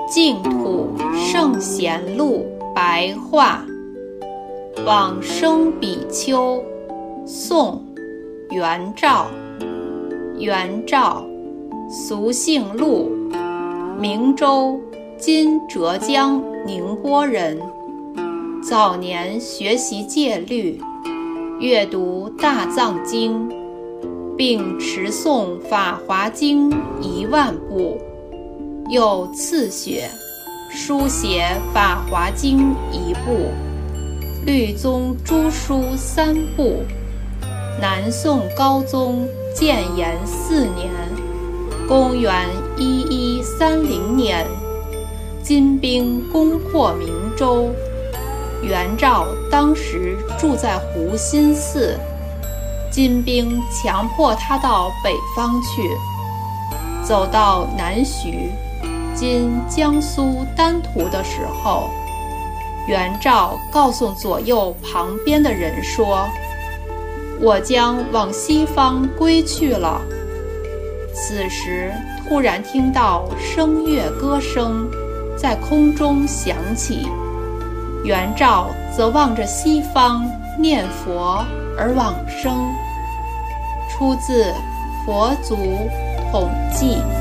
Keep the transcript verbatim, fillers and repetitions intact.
净土圣贤录白话，往生比丘，宋，元照。元照，俗姓陆，明州（今浙江宁波）人。早年学习戒律，阅读大藏经，并持诵《法华经》一万部，又次学书写《法华经》一部，律宗诸书三部。南宋高宗建炎四年，公元一一三零年，金兵攻破明州，元照当时住在湖心寺，金兵强迫他到北方去。走到南徐（今江苏丹徒）的时候，元照告诉左右旁边的人说：“我将往西方归去了。”此时突然听到声乐歌声在空中响起，元照则望着西方念佛而往生。出自《佛祖统记》。